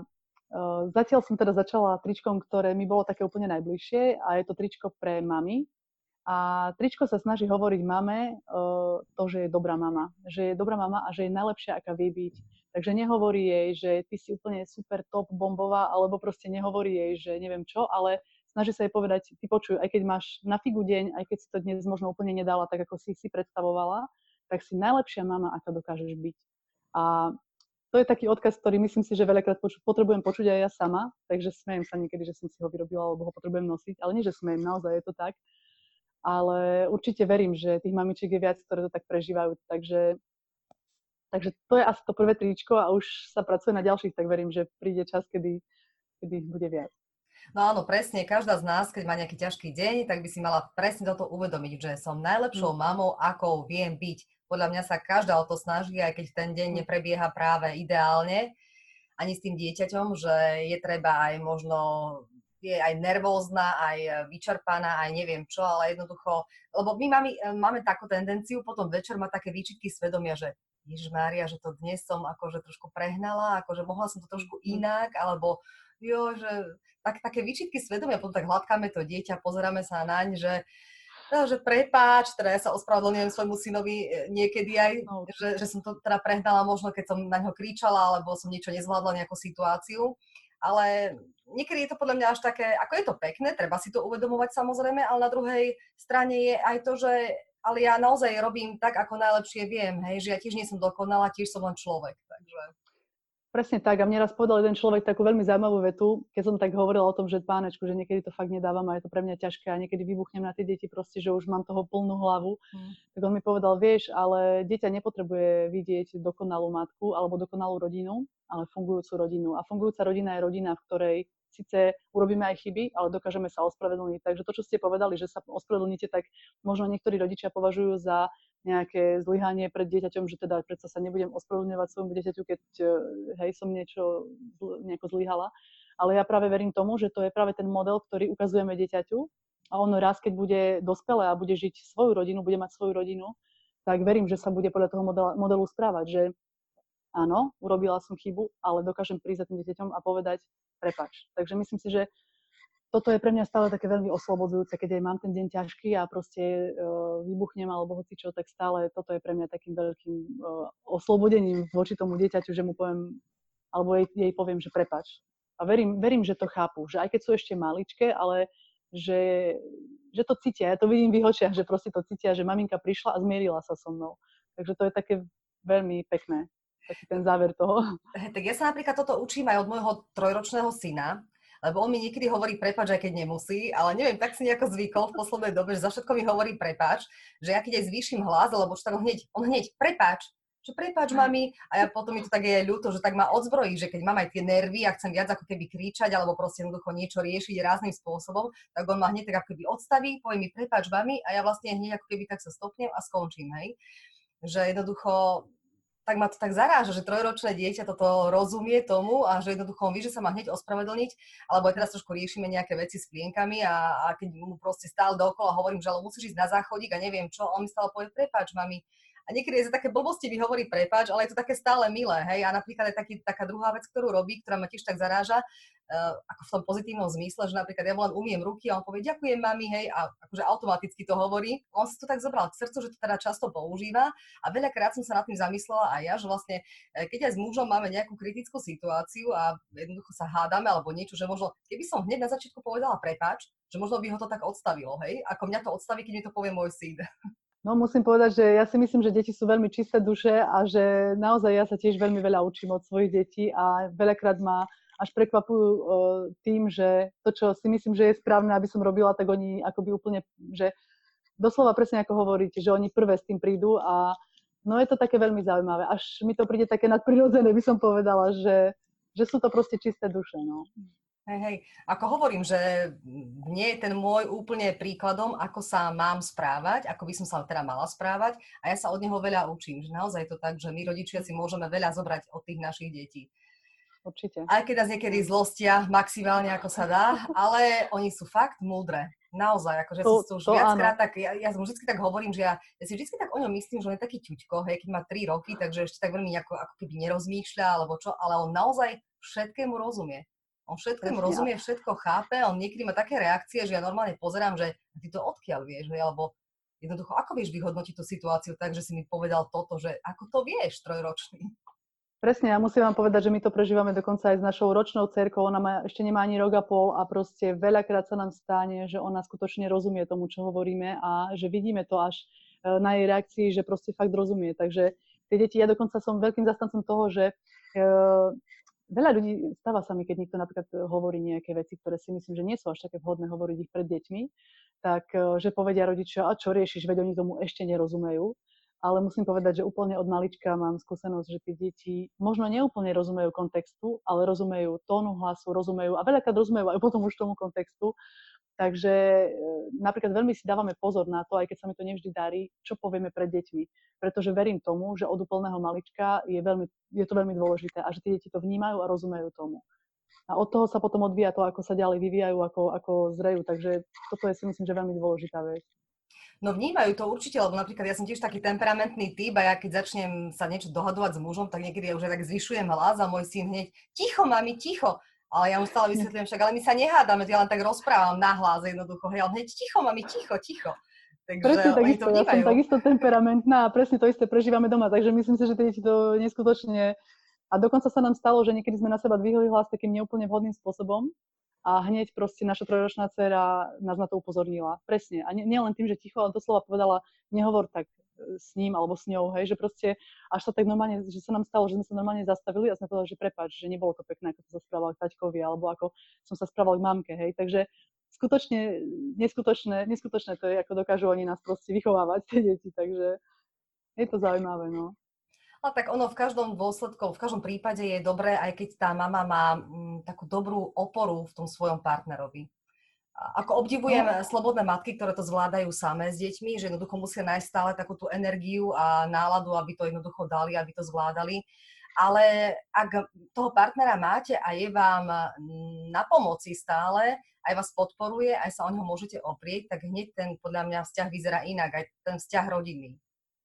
uh, zatiaľ som teda začala tričkom, ktoré mi bolo také úplne najbližšie a je to tričko pre mami. A tričko sa snaží hovoriť mame uh, to, že je dobrá mama. Že je dobrá mama a že je najlepšia, aká vie byť. Takže nehovorí jej, že ty si úplne super top bombová, alebo proste nehovorí jej, že neviem čo, ale snaží sa jej povedať, ty počuj, aj keď máš na figu deň, aj keď si to dnes možno úplne nedala tak, ako si si predstavovala, tak si najlepšia mama, aká dokážeš byť. A to je taký odkaz, ktorý myslím si, že veľakrát poču- potrebujem počuť aj ja sama, takže smejem sa niekedy, že som si ho vyrobila, alebo ho potrebujem nosiť, ale nie, že smejem, naozaj je to tak. Ale určite verím, že tých mamičiek je viac, ktoré to tak prežívajú, takže, takže to je asi to prvé tričko a už sa pracuje na ďalších, tak verím, že príde čas, kedy, kedy ich bude viac. No áno, presne, každá z nás, keď má nejaký ťažký deň, tak by si mala presne toto uvedomiť, že som najlepšou mamou, akou viem byť. Podľa mňa sa každá o to snaží, aj keď ten deň neprebieha práve ideálne, ani s tým dieťaťom, že je treba aj možno, je aj nervózna, aj vyčerpaná, aj neviem čo, ale jednoducho, lebo my mami, máme takú tendenciu potom večer mať také výčitky svedomia, že Ježišmária, že to dnes som akože trošku prehnala, akože mohla som to trošku inak, alebo jo, že tak, také výčitky svedomia, potom tak hladkáme to dieťa, pozeráme sa naň, že no, že prepáč, teda ja sa ospravedlňujem svojmu synovi niekedy aj, no. že, že som to teda prehnala možno, keď som na ňo kričala, alebo som niečo nezvládla, nejakú situáciu. Ale niekedy je to podľa mňa až také, ako je to pekné, treba si to uvedomovať samozrejme, ale na druhej strane je aj to, že ale ja naozaj robím tak, ako najlepšie viem, hej, že ja tiež nie som dokonalá, tiež som len človek, takže... Presne tak. A mne raz povedal jeden človek takú veľmi zaujímavú vetu, keď som tak hovorila o tom, že pánečku, že niekedy to fakt nedávam a je to pre mňa ťažké a niekedy vybuchnem na tie deti proste, že už mám toho plnú hlavu. Mm. Tak on mi povedal, vieš, ale dieťa nepotrebuje vidieť dokonalú matku alebo dokonalú rodinu, ale fungujúcu rodinu. A fungujúca rodina je rodina, v ktorej síce urobíme aj chyby, ale dokážeme sa ospravedlniť. Takže to, čo ste povedali, že sa ospravedlníte, tak možno niektorí rodičia považujú za nejaké zlyhanie pred dieťaťom, že teda predsa sa nebudem ospravedlňovať svojmu dieťaťu, keď hej, som niečo nejako zlyhala. Ale ja práve verím tomu, že to je práve ten model, ktorý ukazujeme dieťaťu a ono raz, keď bude dospelé a bude žiť svoju rodinu, bude mať svoju rodinu, tak verím, že sa bude podľa toho modelu, modelu správať, že áno, urobila som chybu, ale dokážem prísť za tým dieťaťom a povedať prepáč. Takže myslím si, že toto je pre mňa stále také veľmi oslobodzujúce, keď aj mám ten deň ťažký a proste uh, vybuchnem alebo hocičo, tak stále toto je pre mňa takým veľkým uh, oslobodením voči tomu dieťaťu, že mu poviem, alebo jej, jej poviem, že prepáč. A verím, verím, že to chápu, že aj keď sú ešte maličké, ale že, že to cítia, ja to vidím v ich očiach, že proste to cítia, že maminka prišla a zmierila sa so mnou. Takže to je také veľmi pekné. taký ten záver toho. Tak ja sa napríklad toto učím aj od môjho trojročného syna, lebo on mi niekedy hovorí prepáč, aj keď nemusí, ale neviem, tak si nejako zvykol v poslednej dobe, že za všetko mi hovorí prepáč, že ja keď aj zvýšim hlas, alebo čo tak on hneď, on hneď prepáč, že prepáč mami, a ja potom mi to tak je ľúto, že tak ma odzbrojí, že keď mám aj tie nervy a chcem viac ako keby kričať, alebo proste jednoducho niečo riešiť rázným spôsobom, tak on ma hneď tak ako keby odstaví, povie mi prepáč mami a ja vlastne hneď ako keby tak sa stopnem a skončím, hej. Že jednoducho tak ma to tak zaráža, že trojročné dieťa toto rozumie tomu a že jednoducho on vie, že sa má hneď ospravedlniť, alebo aj teraz trošku riešime nejaké veci s plienkami a, a keď mu proste stále dookola hovorím, že ale musíš ísť na záchodík a neviem čo, on mi stále povie prepáč mami. A niekedy je za také blbosti mi hovorí prepáč, ale je to také stále milé, hej. A napríklad aj taký, taká druhá vec, ktorú robí, ktorá ma tiež tak zaráža, uh, ako v tom pozitívnom zmysle, že napríklad ja mu len umiem ruky a on povie ďakujem mami, hej, a akože automaticky to hovorí. On si to tak zobral k srdcu, že to teda často používa a veľakrát som sa nad tým zamyslela aj ja, že vlastne keď aj s mužom máme nejakú kritickú situáciu a jednoducho sa hádame alebo niečo, že možno keby som hneď na začiatku povedala prepáč, že možno by ho to tak odstavilo, hej, ako mňa to odstaví, keď mi to povie môj syn. No musím povedať, že ja si myslím, že deti sú veľmi čisté duše a že naozaj ja sa tiež veľmi veľa učím od svojich detí a veľakrát ma až prekvapujú uh, tým, že to, čo si myslím, že je správne, aby som robila, tak oni akoby úplne, že doslova presne ako hovoríte, že oni prvé s tým prídu a no je to také veľmi zaujímavé. Až mi to príde také nadprirodzené, by som povedala, že, že sú to proste čisté duše, no. Hej, hej, ako hovorím, že nie je ten môj úplne príkladom, ako sa mám správať, ako by som sa teda mala správať a ja sa od neho veľa učím, že naozaj je to tak, že my rodičia si môžeme veľa zobrať od tých našich detí. Určite. Aj keď nás niekedy zlostia maximálne ako sa dá, ale oni sú fakt múdre. Naozaj, akože to, som to už viackrát tak, ja, ja vždy tak hovorím, že ja, ja si vždy tak o ňom myslím, že on je taký ťuďko, hej, keď má tri roky, takže ešte tak veľmi ako, ako keby nerozmýšľa, alebo čo, ale on naozaj všetkému rozumie. On všetkému Presne, rozumie, všetko chápe, on niekedy má také reakcie, že ja normálne pozerám, že ty to odkiaľ vieš, že, alebo jednoducho, ako vieš vyhodnotiť tú situáciu tak, že si mi povedal toto, že ako to vieš, trojročný. Presne, ja musím vám povedať, že my to prežívame dokonca aj s našou ročnou dcérkou, ona má, ešte nemá ani rok a pol a proste veľakrát sa nám stane, že ona skutočne rozumie tomu, čo hovoríme a že vidíme to až na jej reakcii, že proste fakt rozumie. Takže tie deti, ja dokonca som veľkým zastancom toho, že veľa ľudí, stáva sa mi, keď niekto napríklad hovorí nejaké veci, ktoré si myslím, že nie sú až také vhodné hovoriť ich pred deťmi, tak že povedia rodičia, a čo riešiš, veď oni tomu ešte nerozumejú. Ale musím povedať, že úplne od malička mám skúsenosť, že tie deti možno neúplne rozumejú kontextu, ale rozumejú tónu hlasu, rozumejú a veľakrát rozumejú aj potom už tomu kontextu. Takže napríklad veľmi si dávame pozor na to, aj keď sa mi to nevždy darí, čo povieme pred deťmi. Pretože verím tomu, že od úplného malička je, veľmi, je to veľmi dôležité a že tie deti to vnímajú a rozumejú tomu. A od toho sa potom odvíja to, ako sa ďalej vyvíjajú, ako, ako zrejú. Takže toto je si myslím, že veľmi dôležitá vec. No vnímajú to určite, lebo napríklad ja som tiež taký temperamentný typ a ja keď začnem sa niečo dohadovať s mužom, tak niekedy ja už aj tak zvyšujem hlas a môj syn hneď ticho, mami, ticho. Ale ja mu stále vysvetľujem však, ale my sa nehádame, ja len tak rozprávam nahlas jednoducho. Hej, ale hneď ticho, mami, ticho, ticho. Takže presne takisto, ja som takisto temperamentná a presne to isté prežívame doma, takže myslím si, že tie deti to neskutočne... A dokonca sa nám stalo, že niekedy sme na seba dvihli hlas takým neúplne vhodným spôsobom a hneď proste naša trojročná dcéra nás na to upozornila. Presne. A nie, nie len tým, že ticho, ale doslova povedala, nehovor tak s ním alebo s ňou, hej, že proste až sa tak normálne, že sa nám stalo, že sme sa normálne zastavili a sme povedali, že prepáč, že nebolo to pekné, ako sa správal k taťkovi alebo ako som sa správal k mamke, hej. Takže skutočne, neskutočné, neskutočné to je, ako dokážu oni nás proste vychovávať, tie deti, takže je to zaujímavé, no. Ale tak ono v každom dôsledku, v každom prípade je dobré, aj keď tá mama má m, takú dobrú oporu v tom svojom partnerovi. A ako obdivujem no. slobodné matky, ktoré to zvládajú samé s deťmi, že jednoducho musia nájsť stále takú tú energiu a náladu, aby to jednoducho dali, aby to zvládali. Ale ak toho partnera máte a je vám na pomoci stále, aj vás podporuje, aj sa o neho môžete oprieť, tak hneď ten podľa mňa vzťah vyzerá inak, aj ten vzťah rodinný.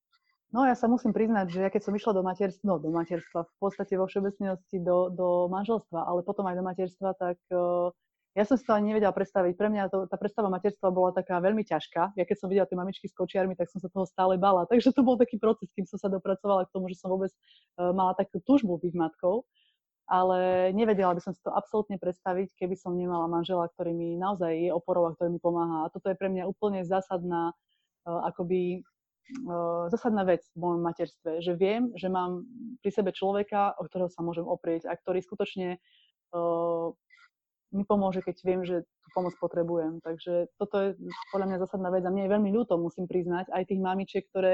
No ja sa musím priznať, že ja keď som išla do materstva, no do materstva, v podstate vo všeobecnosti do, do manželstva, ale potom aj do materstva, tak uh, ja som si to ani nevedela predstaviť. Pre mňa to, tá predstava materstva bola taká veľmi ťažká. Ja keď som videla tie mamičky s kočiarmi, tak som sa toho stále bala. Takže to bol taký proces, kým som sa dopracovala k tomu, že som vôbec uh, mala takú túžbu byť matkou. Ale nevedela by som si to absolútne predstaviť, keby som nemala manžela, ktorý mi naozaj je oporou a ktorý mi pomáha. A toto je pre mňa úplne zásadná uh, akoby zásadná vec v mojom materstve, že viem, že mám pri sebe človeka, o ktorého sa môžem oprieť a ktorý skutočne uh, mi pomôže, keď viem, že tú pomoc potrebujem. Takže toto je podľa mňa zásadná vec a mne je veľmi ľúto, musím priznať, aj tých mamičiek, ktoré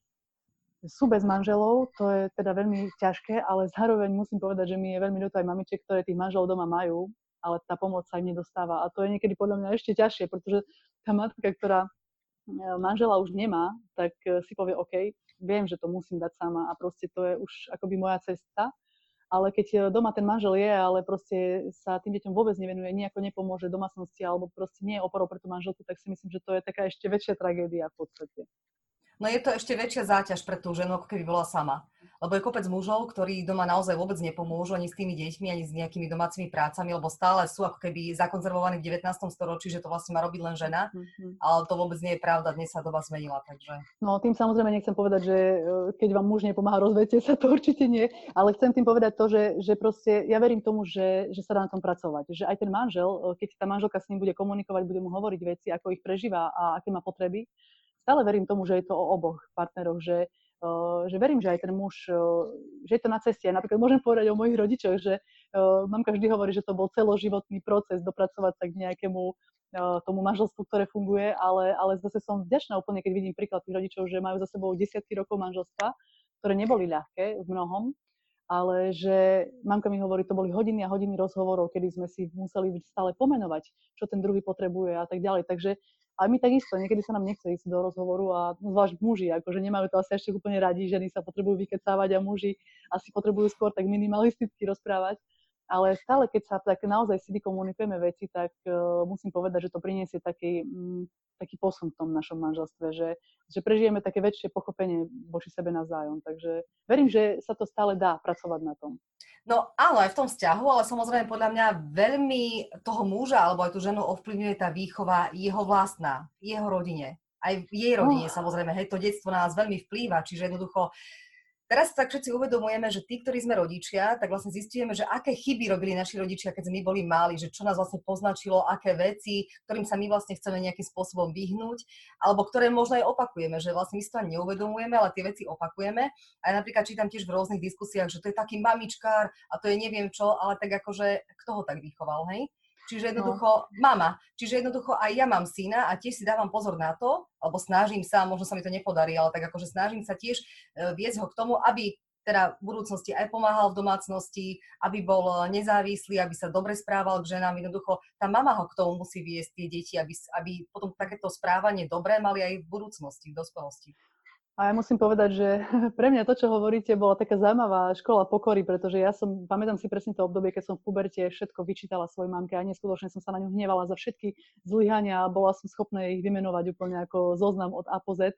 sú bez manželov, to je teda veľmi ťažké, ale zároveň musím povedať, že mi je veľmi ľúto aj mamičiek, ktoré tých manželov doma majú, ale tá pomoc sa im nedostáva. A to je niekedy podľa mňa ešte ťažšie, pretože tá matka, ktorá manžela už nemá, tak si povie, OK, viem, že to musím dať sama a proste to je už akoby moja cesta. Ale keď doma ten manžel je, ale proste sa tým deťom vôbec nevenuje, nejako nepomôže domácnosti alebo proste nie je oporou pre tú manželku, tak si myslím, že to je taká ešte väčšia tragédia v podstate. No je to ešte väčšia záťaž pre tú ženu, ako keby bola sama. Lebo je kopec mužov, ktorí doma naozaj vôbec nepomôžu ani s tými deťmi, ani s nejakými domácimi prácami, lebo stále sú ako keby zakonzervovaní v devätnástom storočí, že to vlastne má robiť len žena, mm-hmm. ale to vôbec nie je pravda, dnes sa doba zmenila, takže... No tým samozrejme nechcem povedať, že keď vám muž nepomáha, rozvedte sa, to určite nie, ale chcem tým povedať to, že, že proste ja verím tomu, že, že sa dá na tom pracovať, že aj ten manžel, keď tá manželka s ním bude komunikovať, bude mu hovoriť veci, ako ich prežíva a aké má potreby, stále verím tomu, že je to o oboch partneroch, že Uh, že verím, že aj ten muž, uh, že je to na ceste. Napríklad môžem povedať o mojich rodičoch, že uh, mamka vždy hovorí, že to bol celoživotný proces dopracovať sa k nejakému uh, tomu manželstvu, ktoré funguje, ale, ale zase som vďačná úplne, keď vidím príklad tých rodičov, že majú za sebou desiatky rokov manželstva, ktoré neboli ľahké v mnohom, ale že mamka mi hovorí, to boli hodiny a hodiny rozhovorov, kedy sme si museli stále pomenovať, čo ten druhý potrebuje a tak ďalej. Takže a my takisto, niekedy sa nám nechce ísť do rozhovoru a zvlášť muži, akože nemajú to asi ešte úplne radi, ženy sa potrebujú vykecávať a muži asi potrebujú skôr tak minimalisticky rozprávať. Ale stále, keď sa tak naozaj si vykomunikujeme veci, tak uh, musím povedať, že to priniesie taký, um, taký posun v tom našom manželstve, že, že prežijeme také väčšie pochopenie voči sebe navzájom. Takže verím, že sa to stále dá pracovať na tom. No áno, aj v tom vzťahu, ale samozrejme podľa mňa veľmi toho muža alebo aj tú ženu ovplyvňuje tá výchova jeho vlastná, jeho rodine. Aj v jej rodine oh. samozrejme, hej, to detstvo na nás veľmi vplýva, čiže jednoducho teraz tak všetci uvedomujeme, že tí, ktorí sme rodičia, tak vlastne zistujeme, že aké chyby robili naši rodičia, keď sme my boli mali, že čo nás vlastne poznačilo, aké veci, ktorým sa my vlastne chceme nejakým spôsobom vyhnúť, alebo ktoré možno aj opakujeme, že vlastne my si to ani neuvedomujeme, ale tie veci opakujeme. A ja napríklad čítam tiež v rôznych diskusiách, že to je taký mamičkár a to je neviem čo, ale tak akože kto ho tak vychoval, hej? Čiže jednoducho no. mama, čiže jednoducho aj ja mám syna a tiež si dávam pozor na to, alebo snažím sa, možno sa mi to nepodarí, ale tak akože snažím sa tiež viesť ho k tomu, aby teda v budúcnosti aj pomáhal v domácnosti, aby bol nezávislý, aby sa dobre správal k ženám. Jednoducho tá mama ho k tomu musí viesť tie deti, aby, aby potom takéto správanie dobré mali aj v budúcnosti, v dospelosti. A ja musím povedať, že pre mňa to, čo hovoríte, bola taká zaujímavá škola pokory, pretože ja som, pamätám si presne to obdobie, keď som v puberte všetko vyčítala svojej mamke a neskutočne som sa na ňu hnevala za všetky zlyhania a bola som schopná ich vymenovať úplne ako zoznam od A po Z.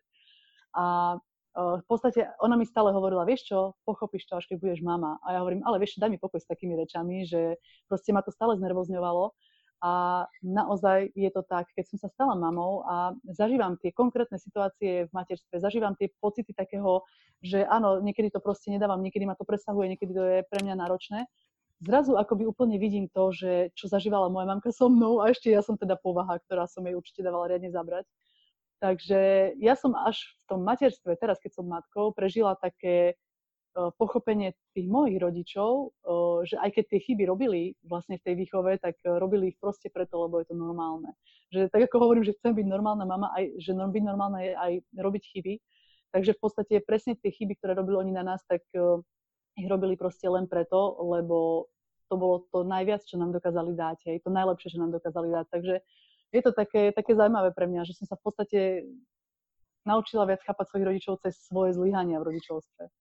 A v podstate ona mi stále hovorila, vieš čo, pochopíš to, až keď budeš mama. A ja hovorím, ale vieš čo, daj mi pokoj s takými rečami, že proste ma to stále znervozňovalo. A naozaj je to tak, keď som sa stala mamou a zažívam tie konkrétne situácie v materstve, zažívam tie pocity takého, že áno, niekedy to proste nedávam, niekedy ma to presahuje, niekedy to je pre mňa náročné. Zrazu akoby úplne vidím to, že čo zažívala moja mamka so mnou a ešte ja som teda povaha, ktorá som jej určite dávala riadne zabrať. Takže ja som až v tom materstve, teraz keď som matkou, prežila také pochopenie tých mojich rodičov, že aj keď tie chyby robili vlastne v tej výchove, tak robili ich proste preto, lebo je to normálne. Že tak ako hovorím, že chcem byť normálna mama, aj, že byť normálna je aj robiť chyby. Takže v podstate presne tie chyby, ktoré robili oni na nás, tak ich robili proste len preto, lebo to bolo to najviac, čo nám dokázali dať. Hej, to najlepšie, čo nám dokázali dať. Takže je to také, také zaujímavé pre mňa, že som sa v podstate naučila viac chápať svojich rodičov cez svoje zlyhania v rodičovstve.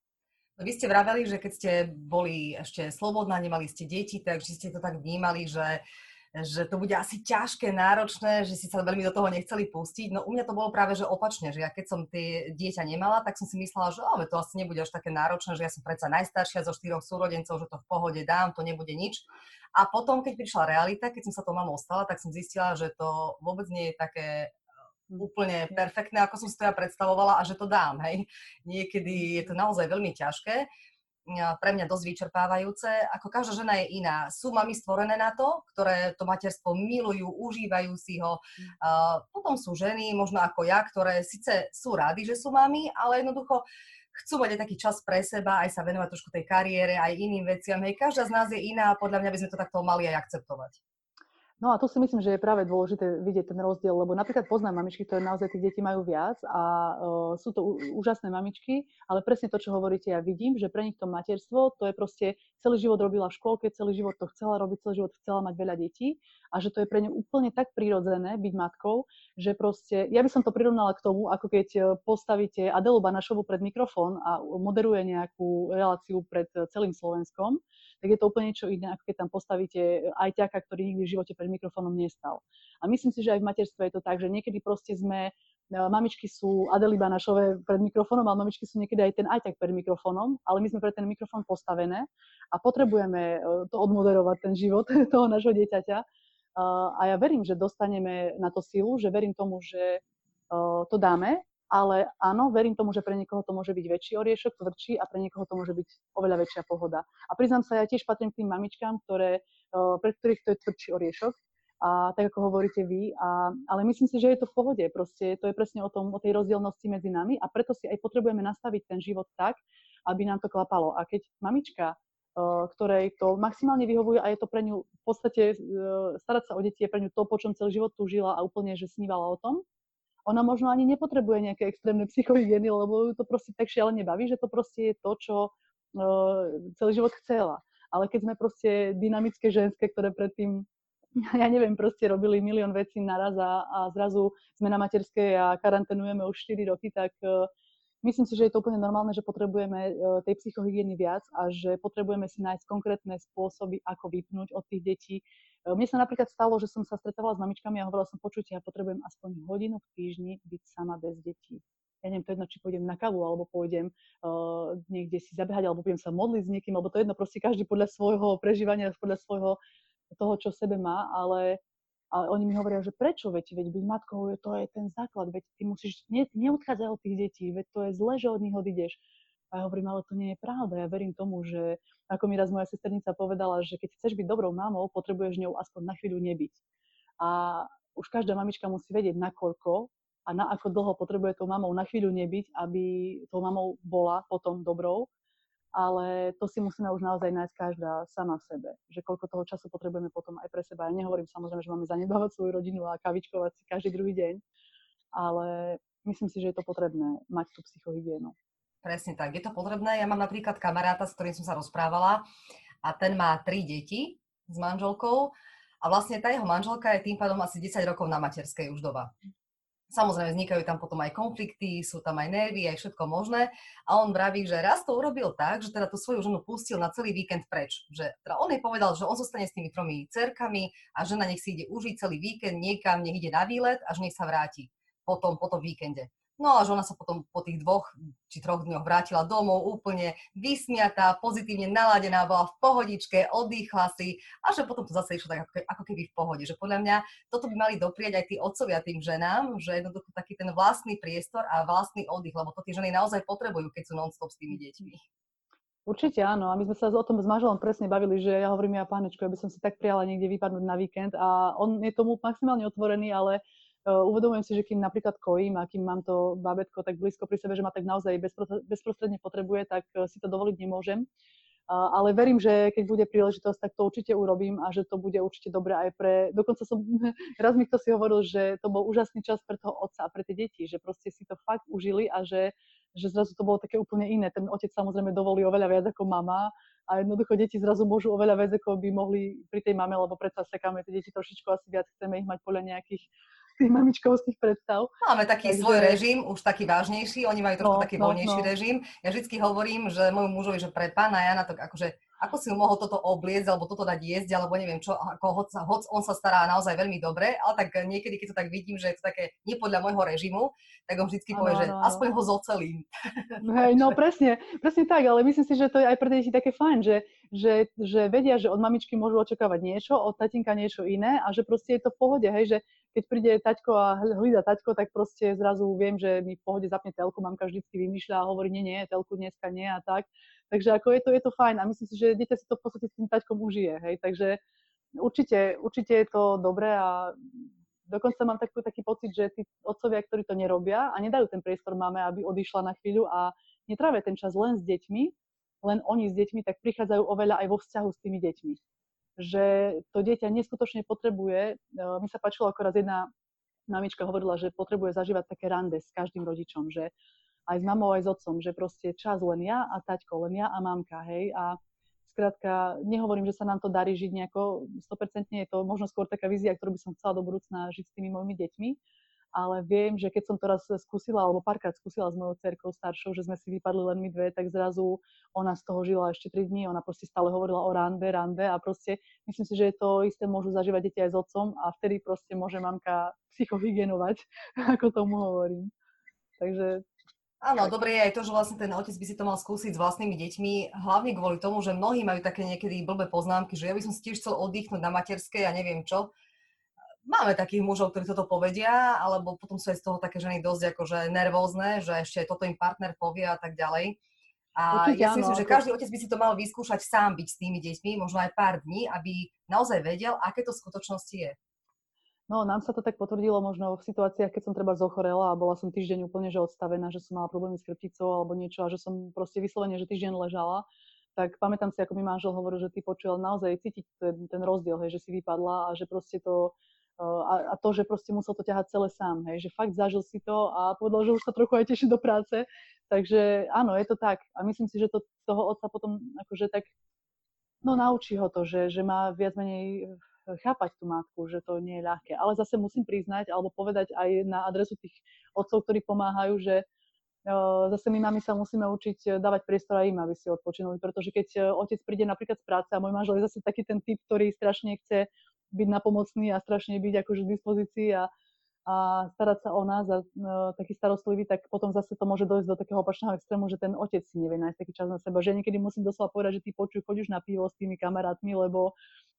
Vy ste vraveli, že keď ste boli ešte slobodná, nemali ste deti, takže ste to tak vnímali, že, že to bude asi ťažké, náročné, že ste sa veľmi do toho nechceli pustiť. No u mňa to bolo práve že opačne, že ja keď som tie dieťa nemala, tak som si myslela, že oh, to asi nebude až také náročné, že ja som predsa najstaršia zo štyroch súrodencov, že to v pohode dám, to nebude nič. A potom, keď prišla realita, keď som sa tou mamou stala, tak som zistila, že to vôbec nie je také úplne perfektné, ako som si to ja predstavovala a že to dám, hej. Niekedy je to naozaj veľmi ťažké. pre mňa dosť vyčerpávajúce. Ako každá žena je iná. Sú mami stvorené na to, ktoré to materstvo milujú, užívajú si ho. Uh, potom sú ženy, možno ako ja, ktoré síce sú rádi, že sú mami, ale jednoducho chcú mať aj taký čas pre seba, aj sa venovať trošku tej kariére, aj iným veciam. Hej, každá z nás je iná a podľa mňa by sme to takto mali aj akceptovať. No a tu si myslím, že je práve dôležité vidieť ten rozdiel, lebo napríklad poznám mamičky, ktoré naozaj tých detí majú viac a uh, sú to ú- úžasné mamičky, ale presne to, čo hovoríte, ja vidím, že pre nich to materstvo, to je proste celý život robila v škôlke, celý život to chcela robiť, celý život chcela mať veľa detí a že to je pre ňu úplne tak prirodzené byť matkou, že proste, ja by som to prirovnala k tomu, ako keď postavíte Adelu Banašovu pred mikrofón a moderuje nejakú reláciu pred celým Slovenskom, tak je to úplne niečo iné, ako keď tam postavíte ajťaka, ktorý nikdy v živote pred mikrofónom nestal. A myslím si, že aj v materstve je to tak, že niekedy proste sme, mamičky sú Adely Banašové pred mikrofónom, ale mamičky sú niekedy aj ten ajťak pred mikrofónom, ale my sme pre ten mikrofón postavené a potrebujeme to odmoderovať, ten život toho nášho dieťaťa. A ja verím, že dostaneme na to silu, že verím tomu, že to dáme, ale áno, verím tomu, že pre niekoho to môže byť väčší oriešok, tvrdší a pre niekoho to môže byť oveľa väčšia pohoda. A priznám sa, ja tiež patrím k tým mamičkám, ktoré, pre ktorých to je tvrdší oriešok, a tak ako hovoríte vy, a, ale myslím si, že je to v pohode, proste to je presne o tom, o tej rozdielnosti medzi nami a preto si aj potrebujeme nastaviť ten život tak, aby nám to klapalo. A keď mamička, ktorej to maximálne vyhovuje a je to pre ňu v podstate starať sa o deti je pre ňu to, po čom celý život túžila a úplne, že snívala o tom, ona možno ani nepotrebuje nejaké extrémne psychohygieny, lebo ju to proste tak šialene baví, že to proste je to, čo uh, celý život chcela. Ale keď sme proste dynamické ženské, ktoré predtým, ja neviem, proste robili milión vecí naraz a, a zrazu sme na materskej a karanténujeme už štyri roky, tak uh, myslím si, že je to úplne normálne, že potrebujeme uh, tej psychohygieny viac a že potrebujeme si nájsť konkrétne spôsoby, ako vypnúť od tých detí. Mne sa napríklad stalo, že som sa stretávala s mamičkami a hovorila som, počujte, ja potrebujem aspoň hodinu v týždni byť sama bez detí. Ja neviem, to jedno, či pôjdem na kávu, alebo pôjdem uh, niekde si zabehať, alebo budem sa modliť s niekým, alebo to jedno, proste každý podľa svojho prežívania, podľa svojho toho, čo v sebe má, ale, ale oni mi hovoria, že prečo, veď, veď byť matkou, to je ten základ, veď ty musíš, ne, neodchádzaj od tých detí, veď to je zle, že od nich odídeš. A ja hovorím, ale to nie je pravda. Ja verím tomu, že ako mi raz moja sesternica povedala, že keď chceš byť dobrou mamou, potrebuješ ňou aspoň na chvíľu nebyť. A už každá mamička musí vedieť, nakoľko a na ako dlho potrebuje tou mamou na chvíľu nebyť, aby tou mamou bola potom dobrou. Ale to si musíme už naozaj nájsť každá sama v sebe. Že koľko toho času potrebujeme potom aj pre seba. Ja nehovorím samozrejme, že máme zanedbávať svoju rodinu a kavičkovať si každý druhý deň, ale myslím si, že je to potrebné mať tú psychohygienu. Presne tak, je to potrebné. Ja mám napríklad kamaráta, s ktorým som sa rozprávala a ten má tri deti s manželkou a vlastne tá jeho manželka je tým pádom asi desať rokov na materskej už doba. Samozrejme vznikajú tam potom aj konflikty, sú tam aj nervy, aj všetko možné a on vraví, že raz to urobil tak, že teda tú svoju ženu pustil na celý víkend preč. Že teda on jej povedal, že on zostane s tými tromi dcerkami a žena nech si ide užiť celý víkend niekam, nech ide na výlet, až nech sa vráti potom po tom víkende. No a žena sa potom po tých dvoch či troch dňoch vrátila domov úplne vysmiatá, pozitívne naladená, bola v pohodičke, oddychla si a že potom to zase išlo tak ako keby v pohode. Že podľa mňa toto by mali doprieť aj tí otcovia tým ženám, že jednoducho taký ten vlastný priestor a vlastný oddych, lebo to tie ženy naozaj potrebujú, keď sú non-stop s tými deťmi. Určite áno. A my sme sa o tom s manželom presne bavili, že ja hovorím, ja pánečku, ja by som si tak prijala niekde vypadnúť na víkend a on je tomu maximálne otvorený, ale Uh, uvedomujem si, že kým napríklad kojím a kým mám to bábätko tak blízko pri sebe, že ma tak naozaj bezprostredne potrebuje, tak uh, si to dovoliť nemôžem. Uh, ale verím, že keď bude príležitosť, tak to určite urobím a že to bude určite dobré aj pre... Dokonca som... Raz mi kto si hovoril, že to bol úžasný čas pre toho otca a pre tie deti, že proste si to fakt užili a že, že zrazu to bolo také úplne iné. Ten otec samozrejme dovolí oveľa viac ako mama a jednoducho deti zrazu môžu oveľa viac, ako by mohli pri tej mame, lebo predsa sekáme tie deti trošičku asi viac, chceme ich mať podľa nejakých tých mamičkovských predstav. Máme taký Takže... svoj režim, už taký vážnejší, oni majú trošku no, taký no, voľnejší no. režim. Ja vždycky hovorím, že môjmu mužovi, že pre pána Jana to akože ako si mu mohol toto obliecť, alebo toto dať jesť, alebo neviem čo, ako hoc, hoc on sa stará naozaj veľmi dobre, ale tak niekedy, keď to tak vidím, že je to také nie podľa môjho režimu, tak on vždycky povie, že aspoň ho zocelím. Hej, no presne, presne tak, ale myslím si, že to je aj pre deti také fajn, že, že, že vedia, že od mamičky môžu očakávať niečo, od tatinka niečo iné a že proste je to v pohode, hej, že keď príde taťko a hlída taťko, tak proste zrazu viem, že mi v pohode zapne telku, mamka vždycky vymýšľa a hovorí, nie, nie, telku dneska nie a tak. Takže ako je to, je to fajn a myslím si, že dieťa si to v podstate s tým taťkom užije, hej, takže určite, určite je to dobré a dokonca mám taký, taký pocit, že tí otcovia, ktorí to nerobia a nedajú ten priestor mame, aby odišla na chvíľu a netrávia ten čas len s deťmi, len oni s deťmi, tak prichádzajú oveľa aj vo vzťahu s tými deťmi. Že to dieťa neskutočne potrebuje, mi sa páčilo, ako raz jedna mamička hovorila, že potrebuje zažívať také rande s každým rodičom, že aj s mamou, aj s otcom, že proste čas len ja a taťko, len ja a mamka, hej, a skrátka, nehovorím, že sa nám to darí žiť nejako sto percent, je to možno skôr taká vízia, ktorú by som chcela do budúcna žiť s tými mojimi deťmi, ale viem, že keď som to raz skúsila, alebo párkrát skúsila s mojou dcerkou staršou, že sme si vypadli len my dve, tak zrazu ona z toho žila ešte tri dní, ona proste stále hovorila o rande, rande a proste myslím si, že to isté môžu zažívať deti aj s otcom a vtedy proste môže mamka psychohygienovať, ako tomu hovorím. Takže áno, dobre je aj to, že vlastne ten otec by si to mal skúsiť s vlastnými deťmi, hlavne kvôli tomu, že mnohí majú také niekedy blbé poznámky, že ja by som si tiež chcel oddychnúť na materskej a neviem čo. Máme takých mužov, ktorí toto povedia, alebo potom sú aj z toho také ženy dosť akože nervózne, že ešte toto im partner povie a tak ďalej. A určite ja si áno. myslím, že Ako... každý otec by si to mal vyskúšať sám byť s tými deťmi, možno aj pár dní, aby naozaj vedel, aké to v skutočnosti je. No, nám sa to tak potvrdilo možno v situáciách, keď som treba zochorela a bola som týždeň úplne že odstavená, že som mala problémy s chrbticou alebo niečo a že som proste vyslovene, že týždeň ležala. Tak pamätám si, ako mi manžel hovoril, že ty počul naozaj cítiť ten, ten rozdiel, hej, že si vypadla a že proste to a, a to, že proste musel to ťahať celé sám, hej, že fakt zažil si to a povedal, že už sa trochu aj teší do práce. Takže áno, je to tak. A myslím si, že to toho otca potom akože tak, no naučí ho to, že, že má viac menej chápať tú matku, že to nie je ľahké. Ale zase musím priznať, alebo povedať aj na adresu tých otcov, ktorí pomáhajú, že uh, zase my mami sa musíme učiť dávať priestor aj im, aby si odpočinuli, pretože keď otec príde napríklad z práce a môj manžel je zase taký ten typ, ktorý strašne chce byť napomocný a strašne byť akože v dispozícii a, a starať sa o nás a uh, taký starostlivý, tak potom zase to môže dojsť do takého opačného extrému, že ten otec si nevie nájsť taký čas na seba. Že niekedy musím doslova povedať, že ty počuj, chodíš na pivo s tými kamarátmi, lebo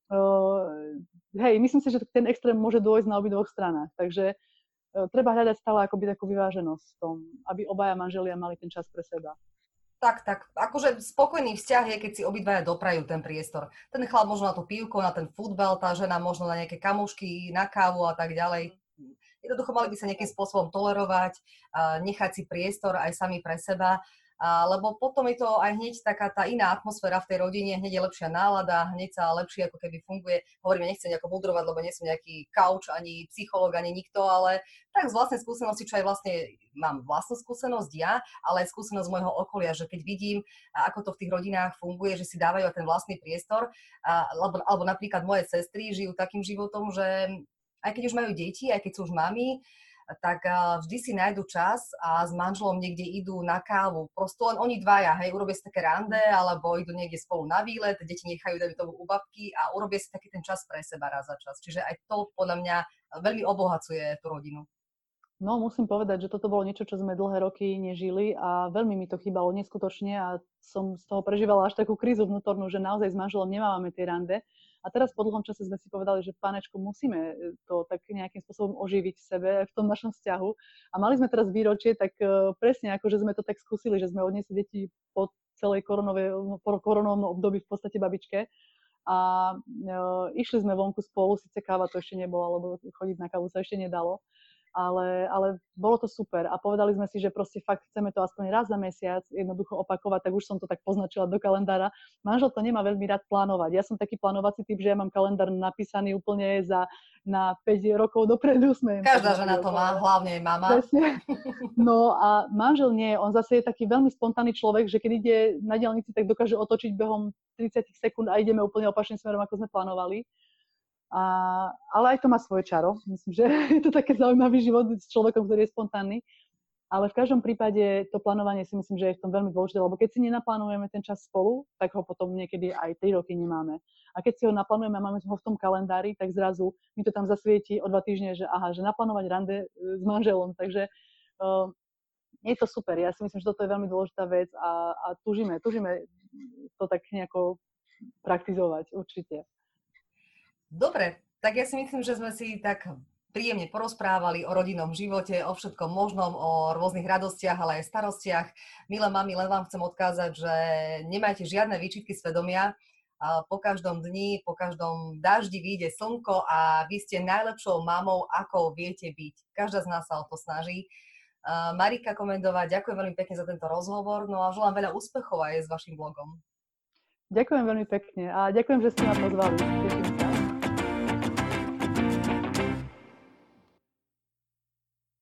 Uh, hej, myslím si, že ten extrém môže dôjsť na obidvoch stranách, takže uh, treba hľadať stále akoby takú vyváženosť v tom, aby obaja manželia mali ten čas pre seba. Tak, tak, akože spokojný vzťah je, keď si obidvaja doprajú ten priestor. Ten chlap možno na to pívko, na ten futbal, tá žena možno na nejaké kamošky, na kávu a tak ďalej. Jednoducho mali by sa nejakým spôsobom tolerovať, uh, nechať si priestor aj sami pre seba. A, lebo potom je to aj hneď taká tá iná atmosféra v tej rodine, hneď je lepšia nálada, hneď sa lepšie ako keby funguje. Hovorím, nechcem nejako mudrovať, lebo nie som nejaký coach, ani psychológ, ani nikto, ale tak z vlastnej skúsenosti, čo aj vlastne mám vlastnú skúsenosť ja, ale aj skúsenosť môjho okolia, že keď vidím, ako to v tých rodinách funguje, že si dávajú ten vlastný priestor, alebo, alebo napríklad moje sestry žijú takým životom, že aj keď už majú deti, aj keď sú už mami, tak vždy si nájdu čas a s manželom niekde idú na kávu. Prosto len oni dvaja, hej, urobia si také rande, alebo idú niekde spolu na výlet, deti nechajú dať tomu u babky a urobia si taký ten čas pre seba raz za čas. Čiže aj to podľa mňa veľmi obohacuje tú rodinu. No, musím povedať, že toto bolo niečo, čo sme dlhé roky nežili a veľmi mi to chýbalo neskutočne a som z toho prežívala až takú krízu vnútornú, že naozaj s manželom nemávame tie rande. A teraz po dlhom čase sme si povedali, že pánečku, musíme to tak nejakým spôsobom oživiť v sebe, v tom našom vzťahu. A mali sme teraz výročie, tak presne ako, že sme to tak skúsili, že sme odniesli deti po celej koronovom období v podstate babičke. A e, išli sme vonku spolu, síce káva to ešte nebola, lebo chodiť na kávu sa ešte nedalo. Ale, ale bolo to super a povedali sme si, že proste fakt chceme to aspoň raz za mesiac jednoducho opakovať, tak už som to tak poznačila do kalendára. Manžel to nemá veľmi rád plánovať. Ja som taký plánovací typ, že ja mám kalendár napísaný úplne za, na päť rokov dopredu. Sme Každá žena to má, hlavne mama. Presne. No a manžel nie, on zase je taký veľmi spontánny človek, že keď ide na diaľnici, tak dokáže otočiť behom tridsať sekúnd a ideme úplne opačným smerom, ako sme plánovali. A, ale aj to má svoje čaro. Myslím, že je to také zaujímavý život s človekom, ktorý je spontánny. Ale v každom prípade to plánovanie si myslím, že je v tom veľmi dôležité, lebo keď si nenaplánujeme ten čas spolu, tak ho potom niekedy aj tri roky nemáme. A keď si ho naplánujeme a máme ho v tom kalendári, tak zrazu mi to tam zasvieti o dva týždne, že aha, že naplánovať rande s manželom. Takže uh, je to super. Ja si myslím, že toto je veľmi dôležitá vec a, a túžime, túžime to tak nejako praktizovať určite. Dobre, tak ja si myslím, že sme si tak príjemne porozprávali o rodinnom živote, o všetkom možnom, o rôznych radostiach, ale aj starostiach. Milé mami, len vám chcem odkázať, že nemajte žiadne výčitky svedomia. A po každom dni, po každom daždi vyjde slnko a vy ste najlepšou mamou, ako viete byť. Každá z nás sa o to snaží. Uh, Marika Komendová, ďakujem veľmi pekne za tento rozhovor, no a želám veľa úspechov aj s vašim blogom. Ďakujem veľmi pekne a ďakujem, že ste ma pozvali. Teším sa.